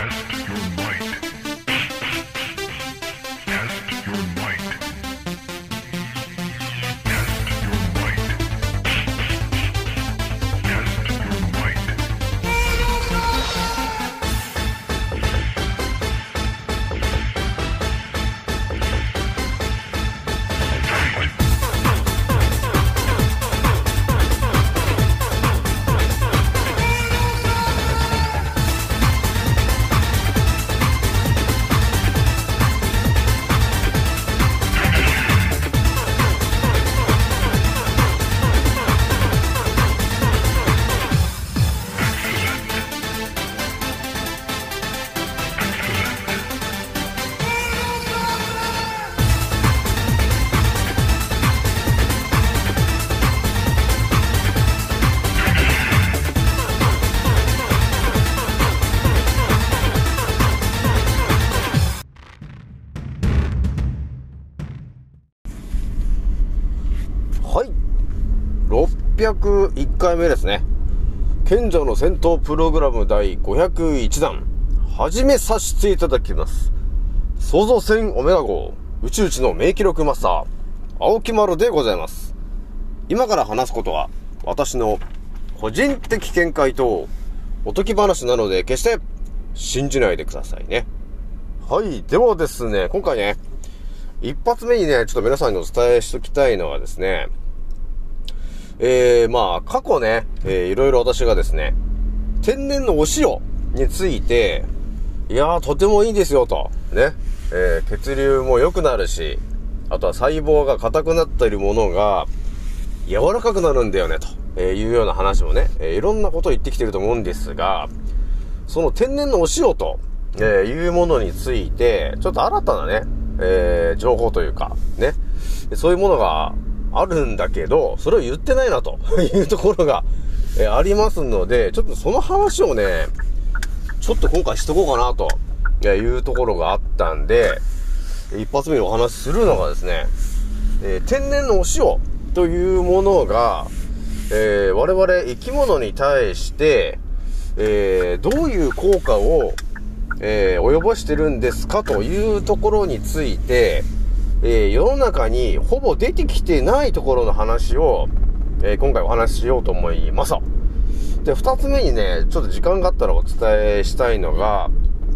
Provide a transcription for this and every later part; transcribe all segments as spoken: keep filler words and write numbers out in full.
ろっぴゃくいっかいめですね。賢者の戦闘プログラムだいごひゃくいちだん始めさせていただきます。創造船オメガ号宇宙一の名記録マスター青木丸でございます。今から話すことは私の個人的見解とおとぎ話なので決して信じないでくださいね。はい、ではですね、今回ね一発目にねちょっと皆さんにお伝えしときたいのはですね、えー、まあ、過去ね、えー、いろいろ私がですね、天然のお塩について、いやー、とてもいいですよと、ね、えー、血流も良くなるし、あとは細胞が硬くなっているものが、柔らかくなるんだよね、と、えー、いうような話もね、えー、いろんなことを言ってきてると思うんですが、その天然のお塩と、えー、いうものについて、ちょっと新たなね、えー、情報というか、ね、そういうものが、あるんだけど、それを言ってないなというところが、えー、ありますので、ちょっとその話をね、ちょっと今回しとこうかなというところがあったんで、一発目にお話しするのがですね、えー、天然のお塩というものが、えー、我々生き物に対して、えー、どういう効果を、えー、及ぼしてるんですかというところについて、えー、世の中にほぼ出てきてないところの話を、えー、今回お話ししようと思います。で、二つ目にね、ちょっと時間があったらお伝えしたいのが、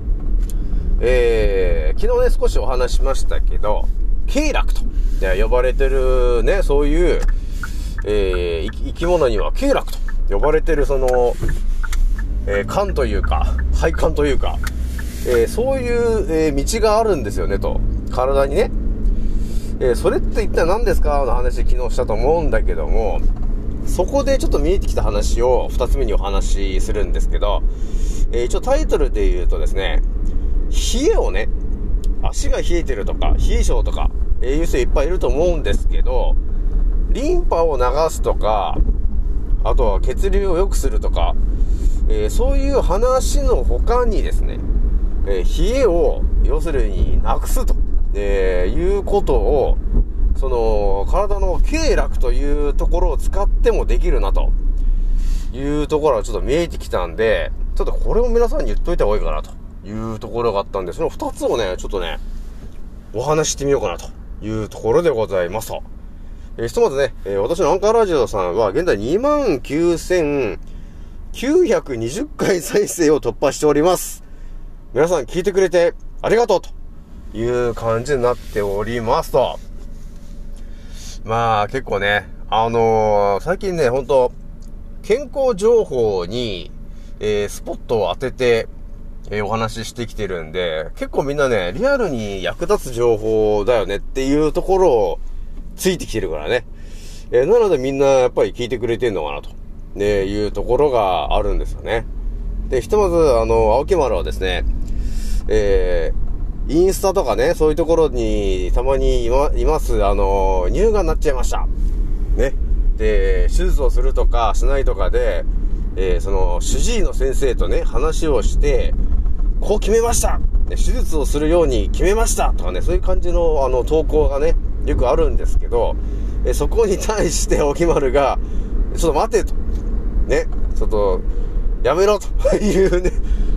えー、昨日ね、少しお話しましたけど、経絡と呼ばれてるね、そういう、えー、生き物には経絡と呼ばれてるその、えー、管というか、配管というか、えー、そういう、えー、道があるんですよねと。体にね。えー、それって一体何ですかの話昨日したと思うんだけども、そこでちょっと見えてきた話を二つ目にお話しするんですけど、えー、一応タイトルで言うとですね、冷えをね、足が冷えてるとか、冷え性とか、えー、いう人いっぱいいると思うんですけど、リンパを流すとか、あとは血流を良くするとか、えー、そういう話の他にですね、えー、冷えを要するになくすと、えー、いうことをその体の経絡というところを使ってもできるなというところがちょっと見えてきたんで、ちょっとこれを皆さんに言っといた方がいいかなというところがあったんで、その二つをねちょっとねお話ししてみようかなというところでございます。えー、ひとまずね、えー、私のアンカーラジオさんは現在 にまんきゅうせんきゅうひゃくにじゅっかい再生を突破しております。皆さん聞いてくれてありがとうという感じになっておりますと。まあ結構ね、あのー、最近ね、ほんと健康情報に、えー、スポットを当てて、えー、お話ししてきてるんで、結構みんなね、リアルに役立つ情報だよねっていうところをついてきてるからね。えー、なのでみんなやっぱり聞いてくれてんのかなと、ね、いうところがあるんですよね。で、ひとまず、あの、青木丸はですね、えー、インスタとかね、そういうところにたまにいま、います、あの、乳がんになっちゃいました。ね。で、手術をするとかしないとかで、えー、その、主治医の先生とね、話をして、こう決めました手術をするように決めましたとかね、そういう感じの、あの、投稿がね、よくあるんですけど、えー、そこに対して青木丸が、ちょっと待てと。ね、ちょっと、やめろというね、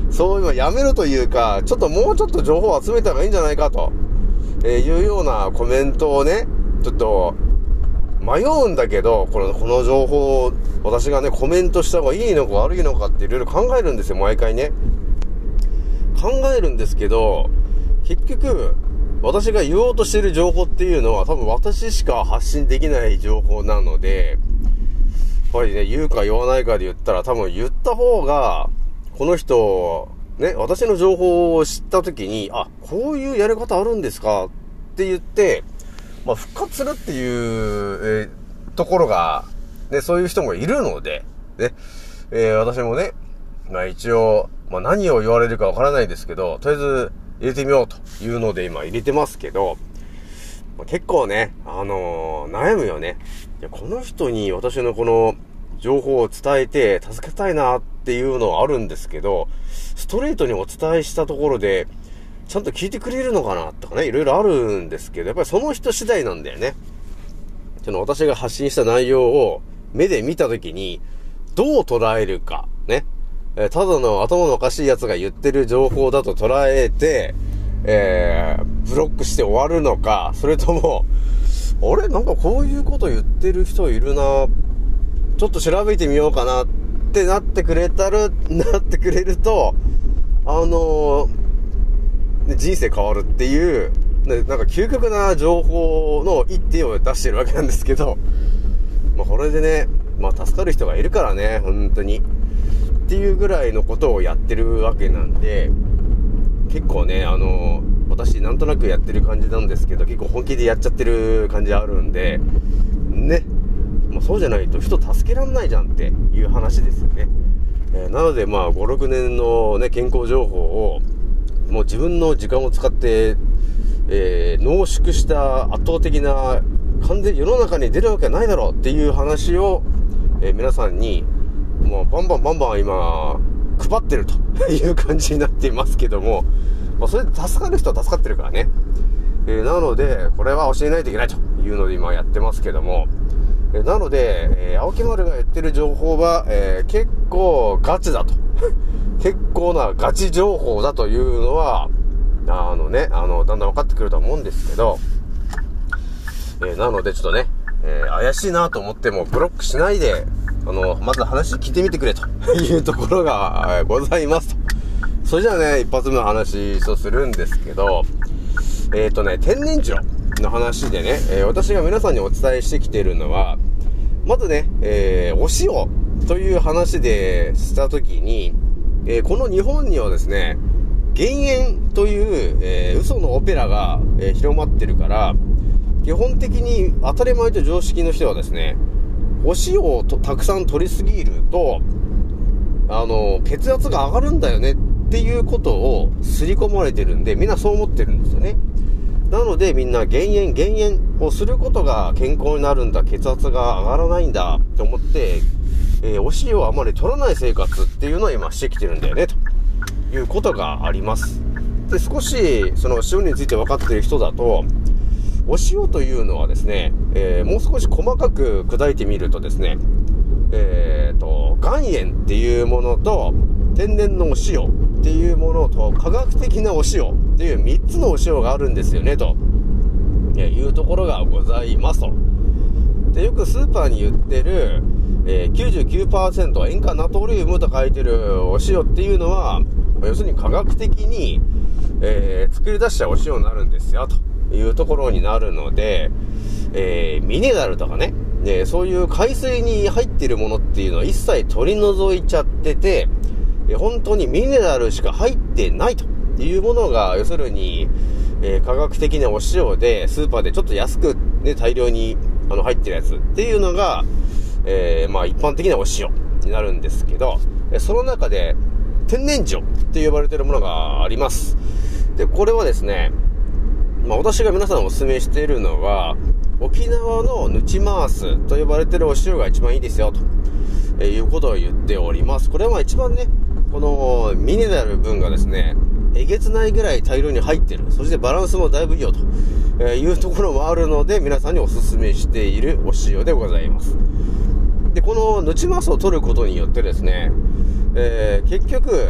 そういうやめるというか、ちょっともうちょっと情報を集めた方がいいんじゃないかと、えー、いうようなコメントをね、ちょっと迷うんだけど、この、この情報を私がね、コメントした方がいいのか悪いのかっていろいろ考えるんですよ、毎回ね。考えるんですけど、結局、私が言おうとしている情報っていうのは多分私しか発信できない情報なので、やっぱりね、言うか言わないかで言ったら多分言った方が、この人、ね、私の情報を知った時に、あ、こういうやり方あるんですかって言って、まあ、復活するっていう、えー、ところが、ね、そういう人もいるので、ね、えー、私もね、まあ一応、まあ何を言われるかわからないですけど、とりあえず入れてみようというので今入れてますけど、まあ、結構ね、あのー、悩むよね。いや、この人に私のこの情報を伝えて助けたいなっていうのはあるんですけど、ストレートにお伝えしたところで、ちゃんと聞いてくれるのかなとかね、いろいろあるんですけど、やっぱりその人次第なんだよね。その私が発信した内容を目で見たときに、どう捉えるか、ね。えー、ただの頭のおかしいやつが言ってる情報だと捉えて、えー、ブロックして終わるのか、それとも、あれなんかこういうこと言ってる人いるな、ちょっと調べてみようかなってなってくれたる、なってくれると、あのー、人生変わるっていう、ね、なんか究極な情報の一手を出してるわけなんですけど、まあこれでね、まあ助かる人がいるからね、本当に。っていうぐらいのことをやってるわけなんで、結構ね、あの、私なんとなくやってる感じなんですけど、結構本気でやっちゃってる感じあるんで、ね、まあ、そうじゃないと人助けらんないじゃんっていう話ですよね。えー、なのでまあご、ろくねんのね、健康情報を、もう自分の時間を使って、えー、濃縮した圧倒的な、完全に世の中に出るわけないだろうっていう話を、えー、皆さんに、もうバンバンバンバン今配ってるという感じになっていますけども、まあ、それで助かる人は助かってるからね、えー、なのでこれは教えないといけないというので今やってますけども、えー、なので、えー、青木丸が言ってる情報は、えー、結構ガチだと結構なガチ情報だというのはあのね、あのだんだん分かってくると思うんですけど、えー、なのでちょっとね、えー、怪しいなと思ってもブロックしないで、あの、まず話聞いてみてくれというところがございますと。それじゃあね、一発目の話をするんですけど、えっとね、天然塩の話でね、えー、私が皆さんにお伝えしてきているのは、まずね、えー、お塩という話でしたときに、えー、この日本にはですね、減塩という、えー、嘘のオペラが、えー、広まってるから、基本的に当たり前と常識の人はですね、お塩をとたくさん取りすぎると、あの、血圧が上がるんだよねっていうことを刷り込まれてるんで、みんなそう思ってるんですよね。なのでみんな減塩、減塩をすることが健康になるんだ、血圧が上がらないんだと思って、えー、お塩をあまり取らない生活っていうのを今してきてるんだよね、ということがあります。で、少しその塩について分かっている人だと、お塩というのはですね、えー、もう少し細かく砕いてみるとですね、えーと、岩塩っていうものと天然のお塩っていうものと科学的なお塩っていうみっつのお塩があるんですよね、というところがございますと。で、よくスーパーに売ってる、えー、きゅうじゅうきゅうパーセント 塩化ナトリウムと書いてるお塩っていうのは、要するに科学的に、えー、作り出したお塩になるんですよ、というところになるので、えー、ミネラルとかね、ね、そういう海水に入っているものっていうのは一切取り除いちゃってて、えー、本当にミネラルしか入ってないというものが、要するに、えー、科学的なお塩でスーパーでちょっと安く、ね、大量にあの入ってるやつっていうのが、えー、まあ一般的なお塩になるんですけど、えー、その中で天然塩って呼ばれているものがあります。で、これはですね、まあ、私が皆さんお勧めしているのは沖縄のヌチマースと呼ばれているお塩が一番いいですよと、えー、いうことを言っております。これは一番ね、このミネラル分がですね、えげつないぐらい大量に入ってる、そしてバランスもだいぶいいよと、えー、いうところもあるので、皆さんにお勧めしているお塩でございます。で、このヌチマースを取ることによってですね、えー、結局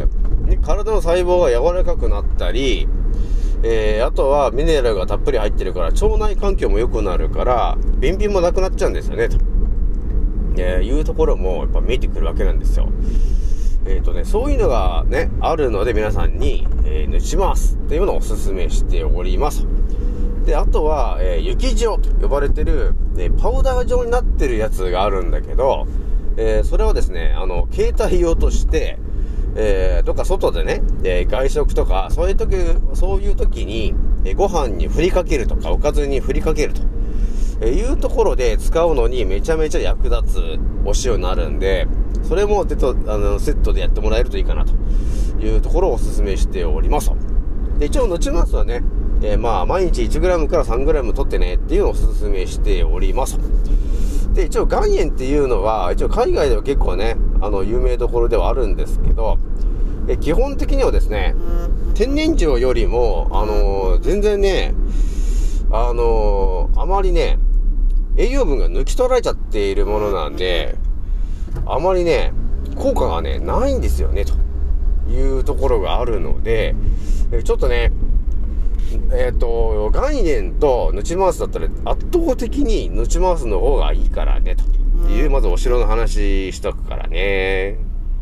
体の細胞が柔らかくなったり、えー、あとはミネラルがたっぷり入ってるから腸内環境も良くなるから便秘もなくなっちゃうんですよねと、えー、いうところもやっぱ見えてくるわけなんですよ。えーとね、そういうのがねあるので皆さんに、えー、ヌチマースっていうのをおすすめしております。であとは、えー、雪塩と呼ばれてる、えー、パウダー状になってるやつがあるんだけど、えー、それをですねあの携帯用としてえー、どっか外でね、えー、外食とか、そういう時、そういう時に、えー、ご飯に振りかけるとか、おかずに振りかけると、えー、いうところで使うのにめちゃめちゃ役立つお塩になるんで、それもセット、あの、セットでやってもらえるといいかなというところをお勧めしております。で、一応、のちますはね、えー、まあ、毎日 いちグラム から さんグラム 取ってねっていうのをお勧めしております。で、一応岩塩っていうのは、一応海外では結構ね、あの、有名どころではあるんですけど、え基本的にはですね、天然塩よりも、あのー、全然ね、あのー、あまりね、栄養分が抜き取られちゃっているものなんで、あまりね、効果がね、ないんですよね、というところがあるので、えちょっとね、えっと、岩塩とヌチマースだったら圧倒的にヌチマースの方がいいからね、という、まずお城の話しとくからね。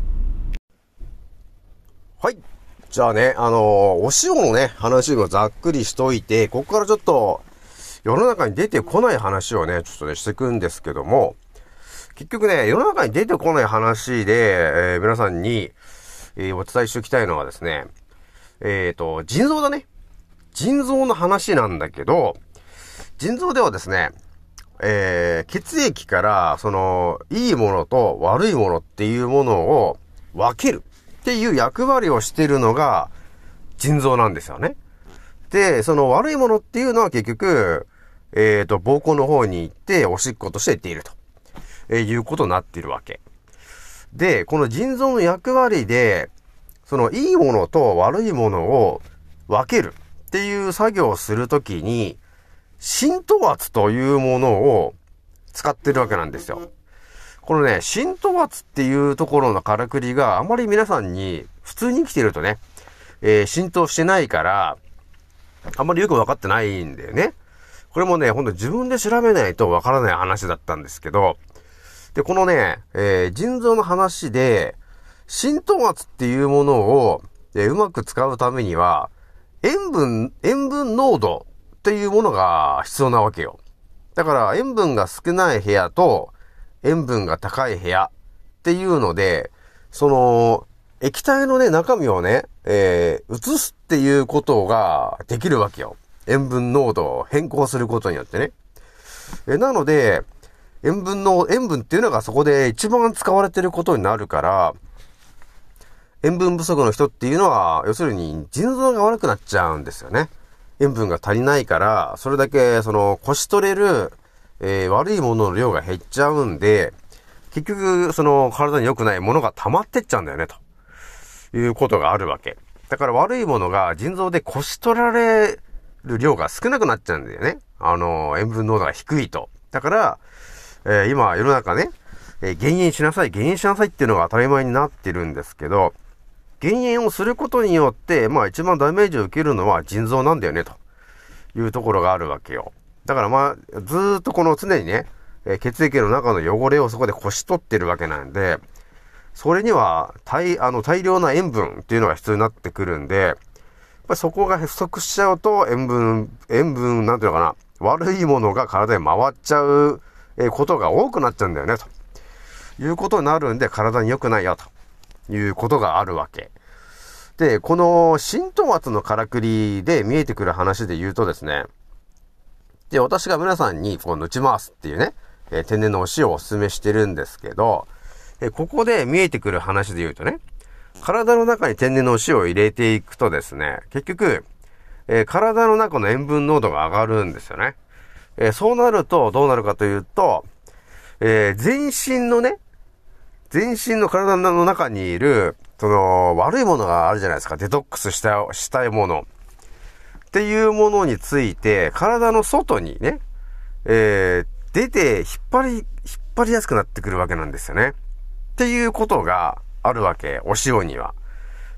はい。じゃあね、あのー、お塩のね、話をざっくりしといて、ここからちょっと、世の中に出てこない話をね、ちょっとね、していくんですけども、結局ね、世の中に出てこない話で、えー、皆さんに、えー、お伝えしておきたいのはですね、えっと、腎臓だね。腎臓の話なんだけど、腎臓ではですね、えー、血液から、その、いいものと悪いものっていうものを分けるっていう役割をしているのが腎臓なんですよね。で、その悪いものっていうのは結局、えっと、膀胱の方に行っておしっことして出ていると、えー、いうことになっているわけ。で、この腎臓の役割で、そのいいものと悪いものを分けるっていう作業をするときに、浸透圧というものを使ってるわけなんですよ。このね、浸透圧っていうところのからくりがあまり皆さんに普通に生きてるとね、えー、浸透してないから、あんまりよくわかってないんだよね。これもね、ほんと自分で調べないとわからない話だったんですけど、で、このね、えー、腎臓の話で、浸透圧っていうものを、えー、うまく使うためには、塩分、塩分濃度っていうものが必要なわけよ。だから塩分が少ない部屋と塩分が高い部屋っていうので、その液体のね中身をね、えー、移すっていうことができるわけよ。塩分濃度を変更することによってね。えなので塩分の塩分っていうのがそこで一番使われてることになるから、塩分不足の人っていうのは要するに腎臓が悪くなっちゃうんですよね。塩分が足りないから、それだけ、その、こし取れる、えー、悪いものの量が減っちゃうんで、結局、その、体に良くないものが溜まってっちゃうんだよね、ということがあるわけ。だから悪いものが腎臓でこし取られる量が少なくなっちゃうんだよね。あの、塩分濃度が低いと。だから、えー、今、世の中ね、えー、減塩しなさい、減塩しなさいっていうのが当たり前になってるんですけど、減塩をすることによって、まあ一番ダメージを受けるのは腎臓なんだよね、というところがあるわけよ。だからまあ、ずーっとこの常にね、えー、血液の中の汚れをそこでこし取ってるわけなんで、それには大、あの大量な塩分っていうのが必要になってくるんで、やっぱりそこが不足しちゃうと塩分、塩分、なんていうのかな、悪いものが体に回っちゃうことが多くなっちゃうんだよね、ということになるんで、体に良くないよ、ということがあるわけ。で、この浸透圧のからくりで見えてくる話で言うとですね、で、私が皆さんにこう、ヌチマースっていうね、えー、天然のお塩をお勧めしてるんですけど、えー、ここで見えてくる話で言うとね、体の中に天然のお塩を入れていくとですね、結局、えー、体の中の塩分濃度が上がるんですよね。えー、そうなるとどうなるかというと、えー、全身のね、全身の体の中にいる、その、悪いものがあるじゃないですか。デトックスした、したいもの。っていうものについて、体の外にね、えー、出て、引っ張り、引っ張りやすくなってくるわけなんですよね。っていうことがあるわけ。お塩には。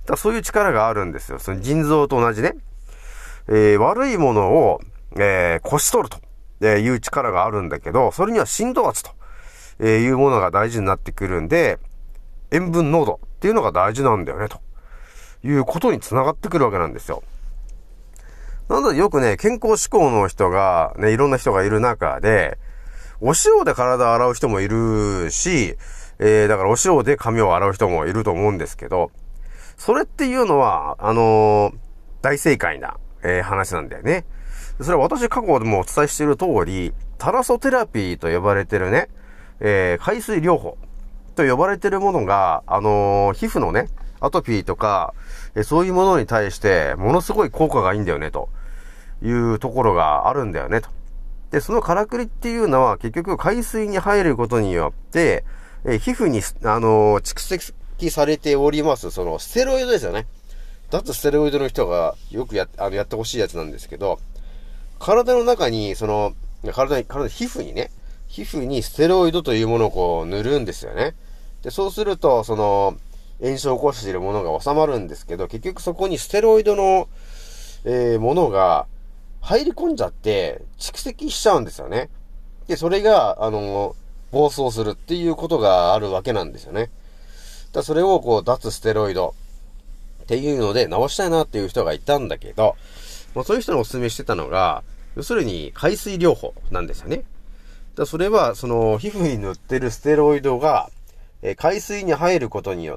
だそういう力があるんですよ。その腎臓と同じね。えー、悪いものを、えー、こし取るという力があるんだけど、それには浸透圧というものが大事になってくるんで、塩分濃度っていうのが大事なんだよね、ということにつながってくるわけなんですよ。なのでよくね、健康志向の人が、ね、いろんな人がいる中で、お塩で体を洗う人もいるし、えー、だからお塩で髪を洗う人もいると思うんですけど、それっていうのは、あのー、大正解な、えー、話なんだよね。それは私過去でもお伝えしている通り、タラソテラピーと呼ばれてるね、えー、海水療法と呼ばれてるものが、あのー、皮膚のね、アトピーとか、えー、そういうものに対して、ものすごい効果がいいんだよね、というところがあるんだよね、と。で、そのからくりっていうのは、結局海水に入ることによって、えー、皮膚に、あのー、蓄積されております、その、ステロイドですよね。脱ステロイドの人がよくや、あの、やってほしいやつなんですけど、体の中に、その、体に、体、皮膚にね、皮膚にステロイドというものをこう塗るんですよね。で、そうすると、その、炎症を起こしているものが収まるんですけど、結局そこにステロイドの、えー、ものが入り込んじゃって、蓄積しちゃうんですよね。で、それが、あの、暴走するっていうことがあるわけなんですよね。だそれをこう、脱ステロイドっていうので直したいなっていう人がいたんだけど、まあ、そういう人にお勧めしてたのが、要するに海水療法なんですよね。だそれは、その、皮膚に塗ってるステロイドが、えー、海水に入ることによって、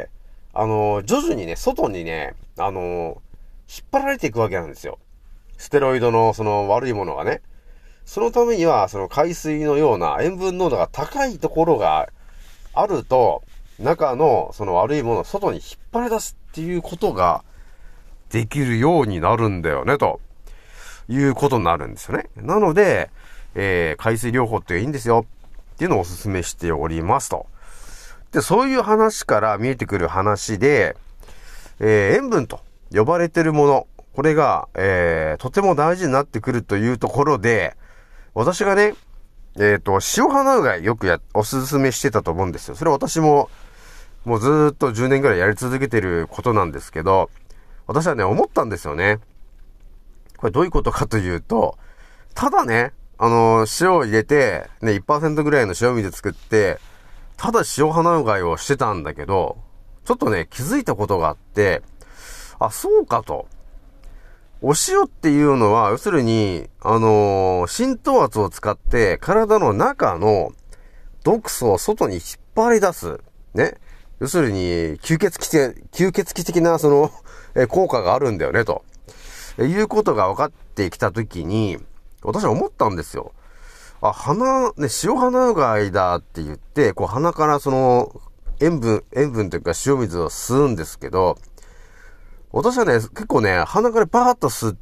あのー、徐々にね、外にね、あのー、引っ張られていくわけなんですよ。ステロイドのその悪いものがね。そのためには、その海水のような塩分濃度が高いところがあると、中のその悪いものを外に引っ張り出すっていうことができるようになるんだよね、ということになるんですよね。なので、えー、海水療法っていいんですよっていうのをお勧めしておりますと。で、そういう話から見えてくる話で、えー、塩分と呼ばれてるもの、これが、えー、とても大事になってくるというところで、私がね、えっと、塩鼻うがいよくや、おすすめしてたと思うんですよ。それは私も、もうずーっとじゅうねんぐらいやり続けてることなんですけど、私はね、思ったんですよね。これどういうことかというと、ただね、あのー、塩を入れて、ね、いちパーセント ぐらいの塩水作って、ただ塩鼻うがいをしてたんだけど、ちょっとね、気づいたことがあって、あ、そうかと。お塩っていうのは、要するに、あのー、浸透圧を使って体の中の毒素を外に引っ張り出す。ね。要するに、吸血鬼的、吸血鬼的なその、え、効果があるんだよね、と。え、いうことが分かってきたときに、私は思ったんですよ。あ、鼻、ね、塩鼻うがいだって言って、こう鼻からその、塩分、塩分というか塩水を吸うんですけど、私はね、結構ね、鼻からバーッと吸って、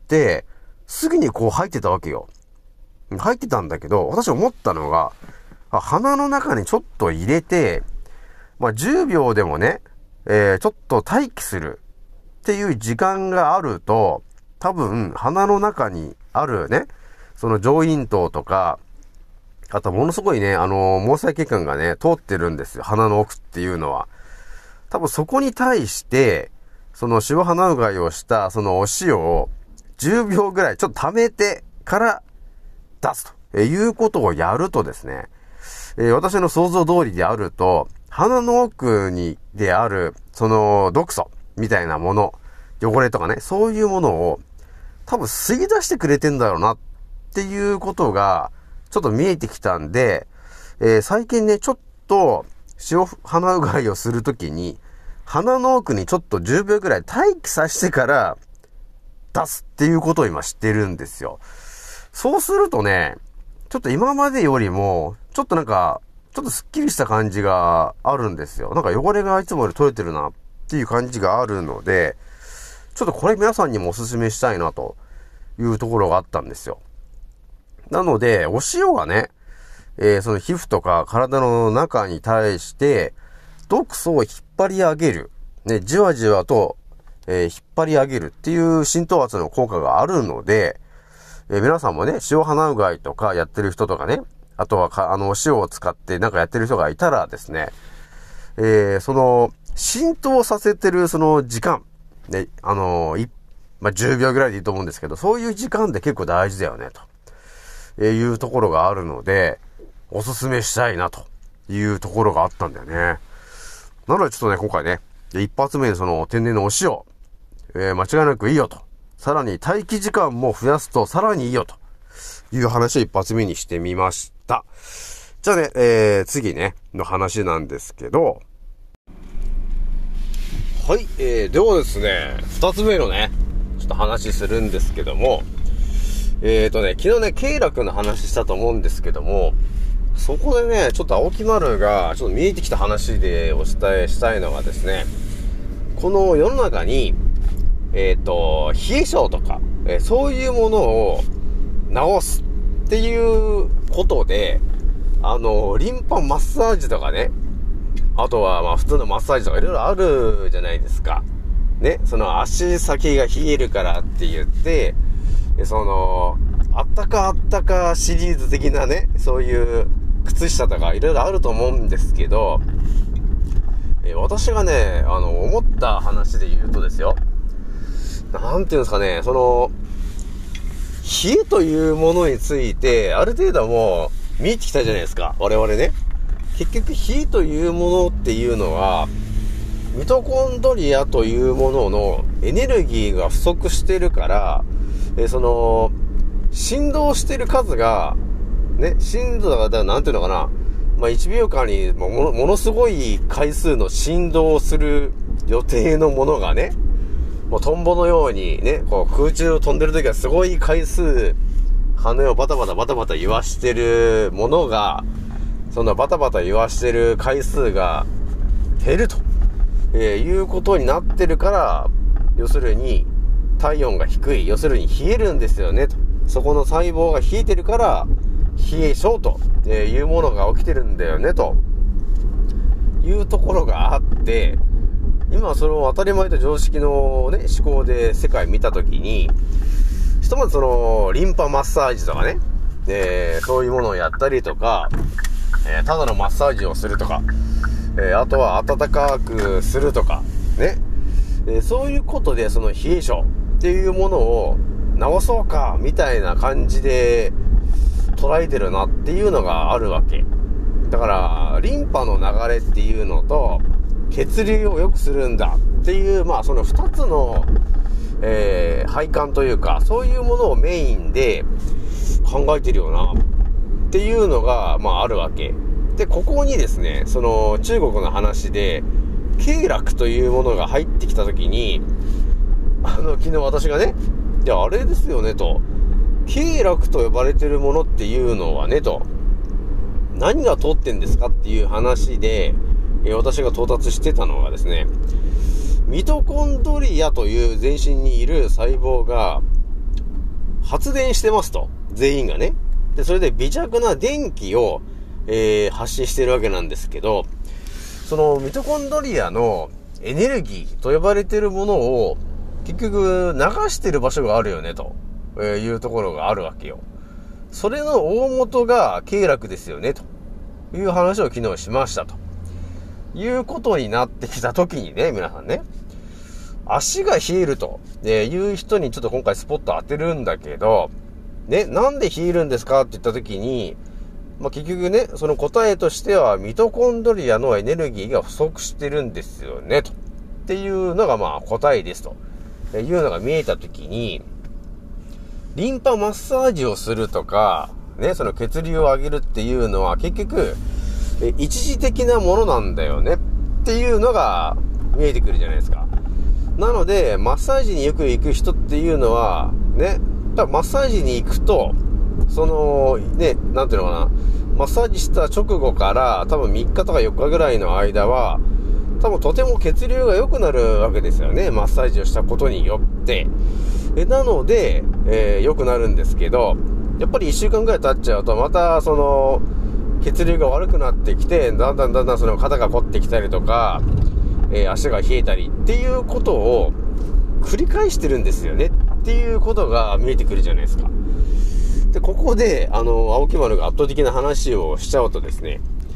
すぐにこう入ってたわけよ。入ってたんだけど、私思ったのが、あ、鼻の中にちょっと入れて、まあ、じゅうびょうでもね、えー、ちょっと待機するっていう時間があると、多分、鼻の中にあるね、その上咽頭とか、あとものすごいね、あのー、毛細血管がね、通ってるんですよ。鼻の奥っていうのは。多分そこに対して、その塩鼻うがいをしたそのお塩をじゅうびょうぐらいちょっと溜めてから出すということをやるとですね、えー、私の想像通りであると、鼻の奥にであるその毒素みたいなもの、汚れとかね、そういうものを多分吸い出してくれてんだろうなっていうことがちょっと見えてきたんで、えー、最近ね、ちょっと塩鼻うがいをするときに、鼻の奥にちょっとじゅうびょうぐらい待機させてから出すっていうことを今知ってるんですよ。そうするとね、ちょっと今までよりも、ちょっとなんか、ちょっとスッキリした感じがあるんですよ。なんか汚れがいつもより取れてるなっていう感じがあるので、ちょっとこれ皆さんにもお勧めしたいなというところがあったんですよ。なので、お塩がね、えー、その皮膚とか体の中に対して、毒素を引っ張り上げる。ね、じわじわと、えー、引っ張り上げるっていう浸透圧の効果があるので、えー、皆さんもね、塩鼻うがいとかやってる人とかね、あとはか、あの、お塩を使ってなんかやってる人がいたらですね、えー、その、 浸透させてるその時間、ね、あのー、まあ、じゅうびょうぐらいでいいと思うんですけど、そういう時間で結構大事だよね、というところがあるので、おすすめしたいな、というところがあったんだよね。なのでちょっとね、今回ね、一発目にその天然のお塩、えー、間違いなくいいよと。さらに待機時間も増やすとさらにいいよという話を一発目にしてみました。じゃあね、えー、次ね、の話なんですけど、はい、えー、ではですね、二つ目のね、ちょっと話するんですけども、えーとね、昨日ね、経絡の話したと思うんですけども、そこでね、ちょっと青木丸がちょっと見えてきた話でお伝えしたいのがですね、この世の中に、えーと、冷え性とか、えー、そういうものを治すっていうことで、あの、リンパマッサージとかね、あとはまあ普通のマッサージとかいろいろあるじゃないですか。ね、その足先が冷えるからって言って、その、あったかあったかシリーズ的なね、そういう靴下とかいろいろあると思うんですけど、えー、私がね、あの、思った話で言うとですよ、なんていうんですかね、その、冷えというものについて、ある程度もう見えてきたじゃないですか、我々ね。結局、冷えというものっていうのは、ミトコンドリアというもののエネルギーが不足してるから、えー、その、振動してる数が、ね、振動が、なんていうのかな、まあ、いちびょうかんにもの、ものすごい回数の振動をする予定のものがね、もうトンボのようにね、こう空中を飛んでるときはすごい回数、羽をバタバタバタバタ言わしてるものが、そのバタバタ言わしてる回数が減ると、えー、いうことになってるから、要するに体温が低い、要するに冷えるんですよねと。そこの細胞が冷えてるから、冷え性というものが起きてるんだよねというところがあって、今その当たり前と常識のね思考で世界見たときに、ひとまずそのリンパマッサージとかね、えー、そういうものをやったりとか、えー、ただのマッサージをするとか、えー、あとは暖かくするとかね、えー、そういうことでその冷え性っていうものを治そうかみたいな感じで捉えてるなっていうのがあるわけだから、リンパの流れっていうのと血流を良くするんだっていう、まあその二つの、えー、配管というか、そういうものをメインで考えてるよなっていうのが、まああるわけで、ここにですね、その中国の話で経絡というものが入ってきたときに、あの昨日私がね、いやあれですよねと、経絡と呼ばれてるものっていうのはねと、何が通ってんですかっていう話で、えー、私が到達してたのがですね、ミトコンドリアという全身にいる細胞が発電してますと、全員がね。で、それで微弱な電気を、えー、発信してるわけなんですけど、そのミトコンドリアのエネルギーと呼ばれてるものを結局流してる場所があるよねというところがあるわけよ。それの大元が経絡ですよねという話を昨日しましたということになってきた時にね、皆さんね、足が冷えるという人にちょっと今回スポット当てるんだけどね、なんで冷えるんですかって言った時に、まあ、結局ね、その答えとしてはミトコンドリアのエネルギーが不足してるんですよねとっていうのがまあ答えですというのが見えた時に、リンパマッサージをするとかね、その血流を上げるっていうのは結局一時的なものなんだよねっていうのが見えてくるじゃないですか。なのでマッサージによく行く人っていうのはね、多分マッサージに行くとそのね、なんていうのかな、マッサージした直後から多分みっかとかよっかぐらいの間は多分とても血流が良くなるわけですよね、マッサージをしたことによって。えなので、えー、良くなるんですけど、やっぱりいっしゅうかんぐらい経っちゃうとまたその血流が悪くなってきて、だんだんだんだんその肩が凝ってきたりとか、えー、足が冷えたりっていうことを繰り返してるんですよねっていうことが見えてくるじゃないですか。で、ここであの青木丸が圧倒的な話をしちゃうとですね、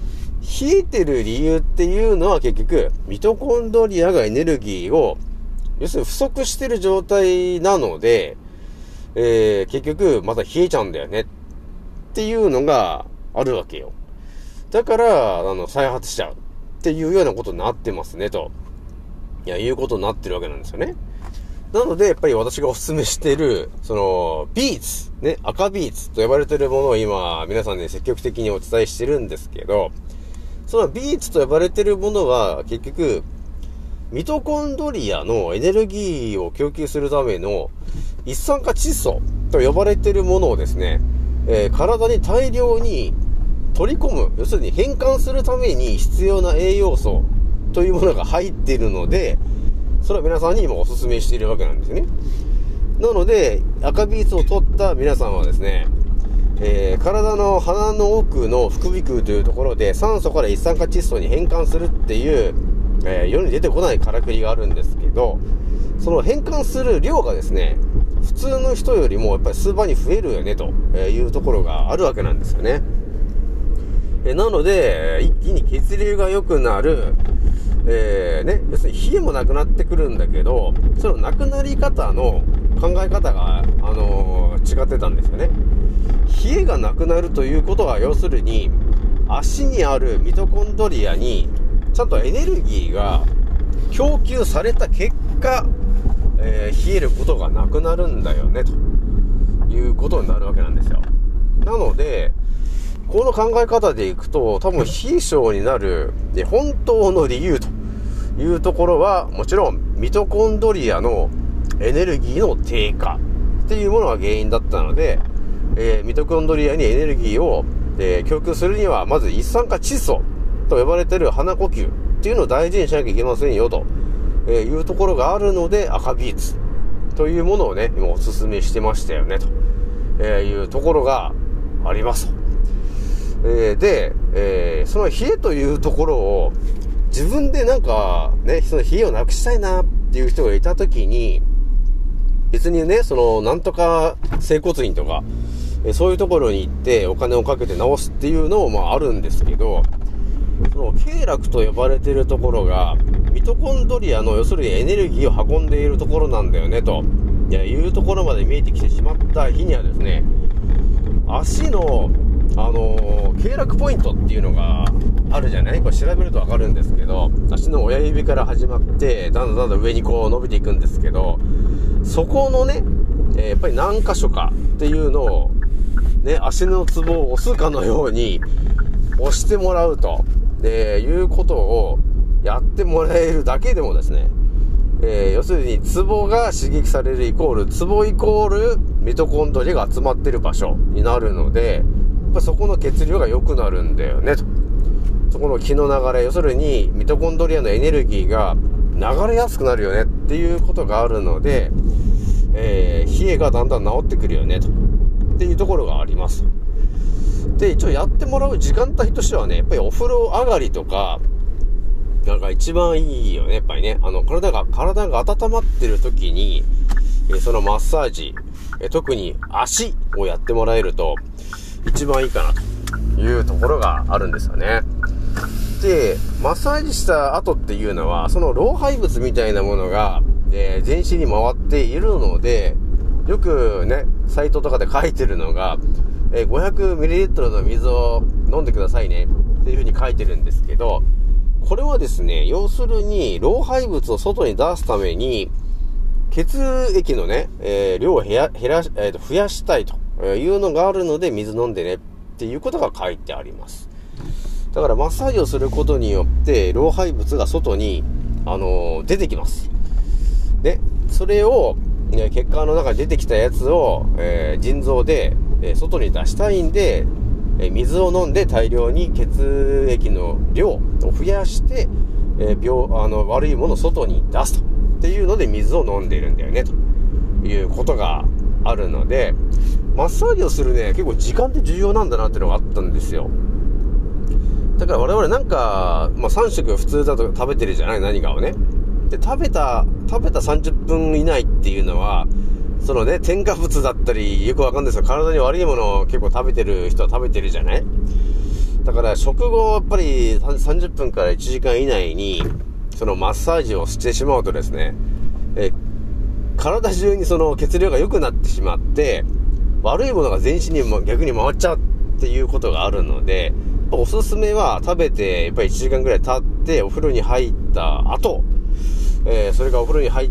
冷えてる理由っていうのは結局、ミトコンドリアがエネルギーを、要するに不足してる状態なので、えー、結局また冷えちゃうんだよねっていうのがあるわけよ。だから、あの、再発しちゃうっていうようなことになってますね、と。いや、いうことになってるわけなんですよね。なので、やっぱり私がお勧めしている、その、ビーツ、ね、赤ビーツと呼ばれているものを今、皆さんね、積極的にお伝えしてるんですけど、そのビーツと呼ばれているものは、結局、ミトコンドリアのエネルギーを供給するための一酸化窒素と呼ばれているものをですね、えー、体に大量に取り込む、要するに変換するために必要な栄養素というものが入っているので、それは皆さんに今お勧めしているわけなんですよね。なので、赤ビーツを取った皆さんはですね、えー、体の鼻の奥の副鼻腔というところで酸素から一酸化窒素に変換するっていう、えー、世に出てこないからくりがあるんですけど、その変換する量がですね、普通の人よりもやっぱり数倍に増えるよねというところがあるわけなんですよね。えー、なので、一気に血流が良くなる、えー、ね、要するに冷えもなくなってくるんだけど、そのなくなり方の考え方が、あのー、違ってたんですよね。冷えがなくなるということは、要するに足にあるミトコンドリアにちゃんとエネルギーが供給された結果、えー、冷えることがなくなるんだよねということになるわけなんですよ。なのでこの考え方でいくと、多分冷え性になる本当の理由というところは、もちろんミトコンドリアのエネルギーの低下っていうものが原因だったので、えー、ミトコンドリアにエネルギーを、えー、供給するには、まず一酸化窒素と呼ばれている鼻呼吸っていうのを大事にしなきゃいけませんよと、えー、いうところがあるので、赤ビーツというものをね、今お勧めしてましたよねと、えー、いうところがあります。えー、で、えー、その冷えというところを自分でなんかね、その冷えをなくしたいなっていう人がいたときに、別にね、そのなんとか整骨院とか、えそういうところに行ってお金をかけて治すっていうのもまああるんですけど、その経絡と呼ばれているところがミトコンドリアの要するにエネルギーを運んでいるところなんだよねというところまで見えてきてしまった日にはですね、足のあのー、経絡ポイントっていうのがあるじゃない。これ調べるとわかるんですけど、足の親指から始まってだんだんだんだん上にこう伸びていくんですけど、そこのね、えー、やっぱり何箇所かっていうのをね、足のツボを押すかのように押してもらうと、でいうことをやってもらえるだけでもですね、えー、要するにツボが刺激されるイコールツボイコールミトコンドリアが集まってる場所になるので、やっぱそこの血流が良くなるんだよねと。そこの気の流れ、要するにミトコンドリアのエネルギーが流れやすくなるよねっていうことがあるので、えー、冷えがだんだん治ってくるよねとっていうところがあります。で、一応やってもらう時間帯としてはね、やっぱりお風呂上がりとかなんか一番いいよね、やっぱりね。あの体が体が温まってる時に、えー、そのマッサージ、えー、特に足をやってもらえると一番いいかなというところがあるんですよね。で、マッサージした後っていうのは、その老廃物みたいなものが、えー、全身に回っているので、よくね、サイトとかで書いてるのが、えー、ごひゃくミリリットル の水を飲んでくださいねっていう風に書いてるんですけど、これはですね、要するに老廃物を外に出すために血液のね、えー、量を減ら、減らし、えーと、増やしたいというのがあるので、水飲んでねっていうことが書いてあります。だからマッサージをすることによって老廃物が外に、あのー、出てきます。で、それを、ね、血管の中に出てきたやつを、えー、腎臓で、えー、外に出したいんで、えー、水を飲んで大量に血液の量を増やして、えー、病あの悪いものを外に出すとっていうので水を飲んでいるんだよねということがあるので、マッサージをするね、結構時間って重要なんだなっていうのがあったんですよ。だから我々なんか、まあ、さん食普通だと食べてるじゃない、何かをね。で、食べた食べたさんじゅっぷん以内っていうのは、そのね、添加物だったりよくわかんないですよ、体に悪いものを結構食べてる人は食べてるじゃない。 だから食後やっぱりさんじゅっぷんからいちじかん以内にそのマッサージをしてしまうとですね、え体中にその血流が良くなってしまって悪いものが全身にも逆に回っちゃうっていうことがあるので、おすすめは食べてやっぱりいちじかんぐらい経ってお風呂に入った後、えー、それがお風呂に入って、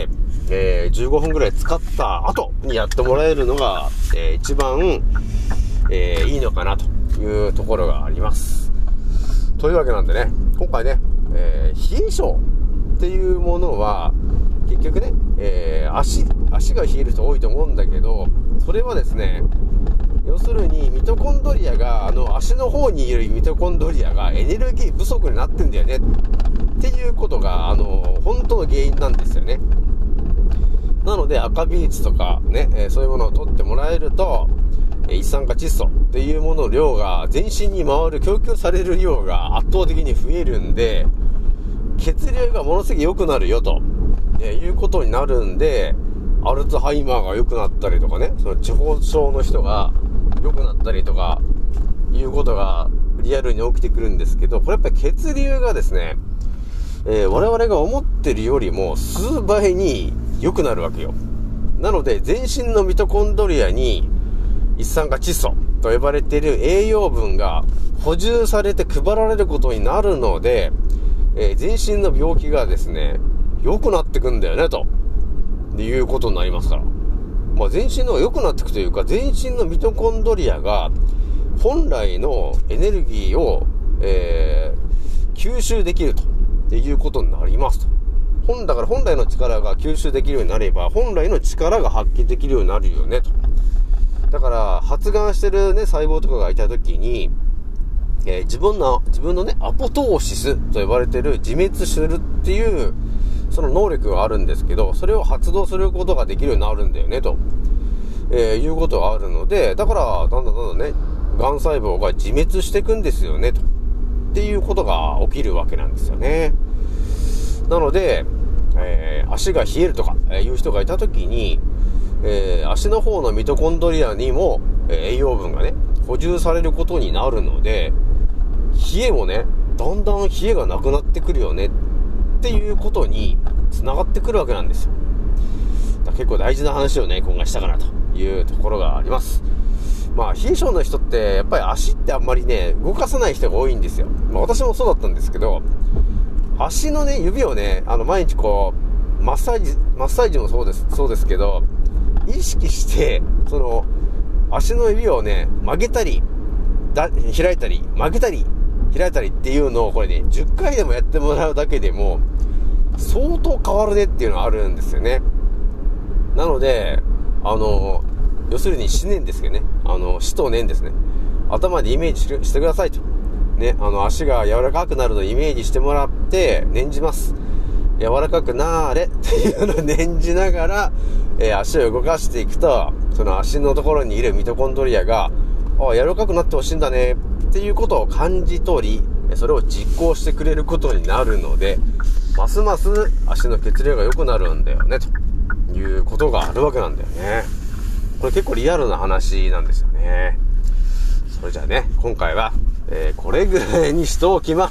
えー、じゅうごふんぐらい使った後にやってもらえるのが、えー、一番、えー、いいのかなというところがあります。というわけなんでね、今回ね、えー、冷え性っていうものは結局ね、えー、足足が冷える人多いと思うんだけど、それはですね、要するにミトコンドリアがあの足の方にいるミトコンドリアがエネルギー不足になってんだよねっていうことがあの本当の原因なんですよね。なので赤ビーツとかね、えー、そういうものを取ってもらえると、えー、一酸化窒素っていうものの量が全身に回る供給される量が圧倒的に増えるんで、血流がものすごく良くなるよと、えー、いうことになるんで、アルツハイマーが良くなったりとかね、その地方症の人が良くなったりとかいうことがリアルに起きてくるんですけど、これやっぱり血流がですね、えー、我々が思ってるよりも数倍に良くなるわけよ。なので全身のミトコンドリアに一酸化窒素と呼ばれている栄養分が補充されて配られることになるので、えー、全身の病気がですね良くなってくんだよねということになりますから、まあ、全身の方が良くなっていくというか、全身のミトコンドリアが本来のエネルギーを、えー、吸収できるということになりますと。本だから本来の力が吸収できるようになれば本来の力が発揮できるようになるよねと。だから発がんしてるね細胞とかがいた時に、えー、自分の自分のねアポトーシスと呼ばれてる自滅するっていうその能力があるんですけど、それを発動することができるようになるんだよねと、えー、いうことがあるので、だからだんだんだんだんねがん細胞が自滅していくんですよねとっていうことが起きるわけなんですよね。なので、えー、足が冷えるとか、えー、いう人がいたときに、えー、足の方のミトコンドリアにも、えー、栄養分がね補充されることになるので、冷えもねだんだん冷えがなくなってくるよねっていうことに繋がってくるわけなんですよ。だ結構大事な話をね今回したかなというところがあります。まあ冷え性の人ってやっぱり足ってあんまりね動かさない人が多いんですよ。まあ、私もそうだったんですけど、足のね指をねあの毎日こうマッサージマッサージもそうですそうですけど、意識してその足の指をね曲げたりだ開いたり曲げたり開いたりっていうのをこれねじゅっかいでもやってもらうだけでも相当変わるねっていうのがあるんですよね。なのであの要するに思念ですけどね、あの死と念ですね、頭でイメージしてくださいとね、あの足が柔らかくなるのをイメージしてもらって念じます。柔らかくなーれっていうのを念じながら、えー、足を動かしていくと、その足のところにいるミトコンドリアがあ柔らかくなってほしいんだねっていうことを感じ取り、それを実行してくれることになるので、ますます足の血流が良くなるんだよねということがあるわけなんだよね。これ結構リアルな話なんですよね。それじゃあね今回は、えー、これぐらいにしておきます。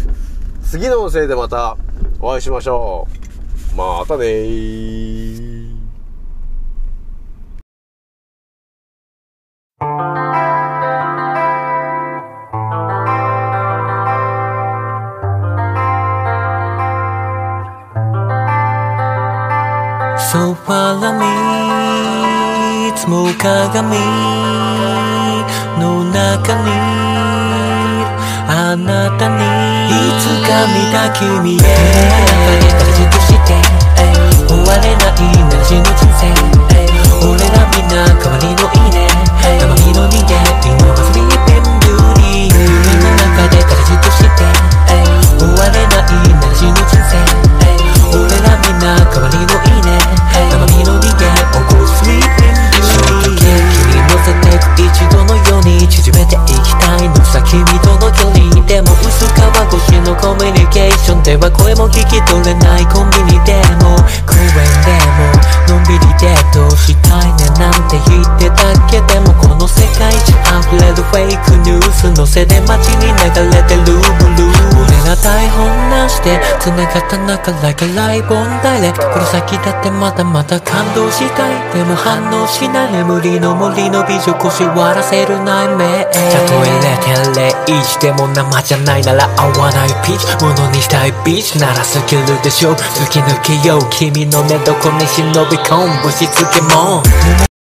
次の音声でまたお会いしましょう。またねー。 ソファーにいつも鏡の中にあなたにいつか見た君へ中でからじっとして終われないなら死ぬ人生俺らみんな代わりのいいね代わりの人間今はスリーピンビューティー夢の中でからじっとして終われないなら死ぬ人生俺らみんな代わりのいいね代わりの人間をこうスリーピンビューティー君に乗せてく一度のように縮めていきたいのさ君との距離でも薄皮越しのコミュニケーションでは声も聞き取れないコンビニでも公園でものんびりデートしたいねなんて言ってたけでもこの世界中溢れるフェイクニュースのせで街に流れてるブルー俺ら台本なしで繋がった中 Like a live on direct この先だってまだまだ感動したいでも反応しない眠りの森の美女腰割らせる内面たとえ れいてんれいいち でも生じゃないなら合わないピッチものにしたいビーチならスキルでしょ突き抜けよう君の寝床に忍び込むぶしつけもん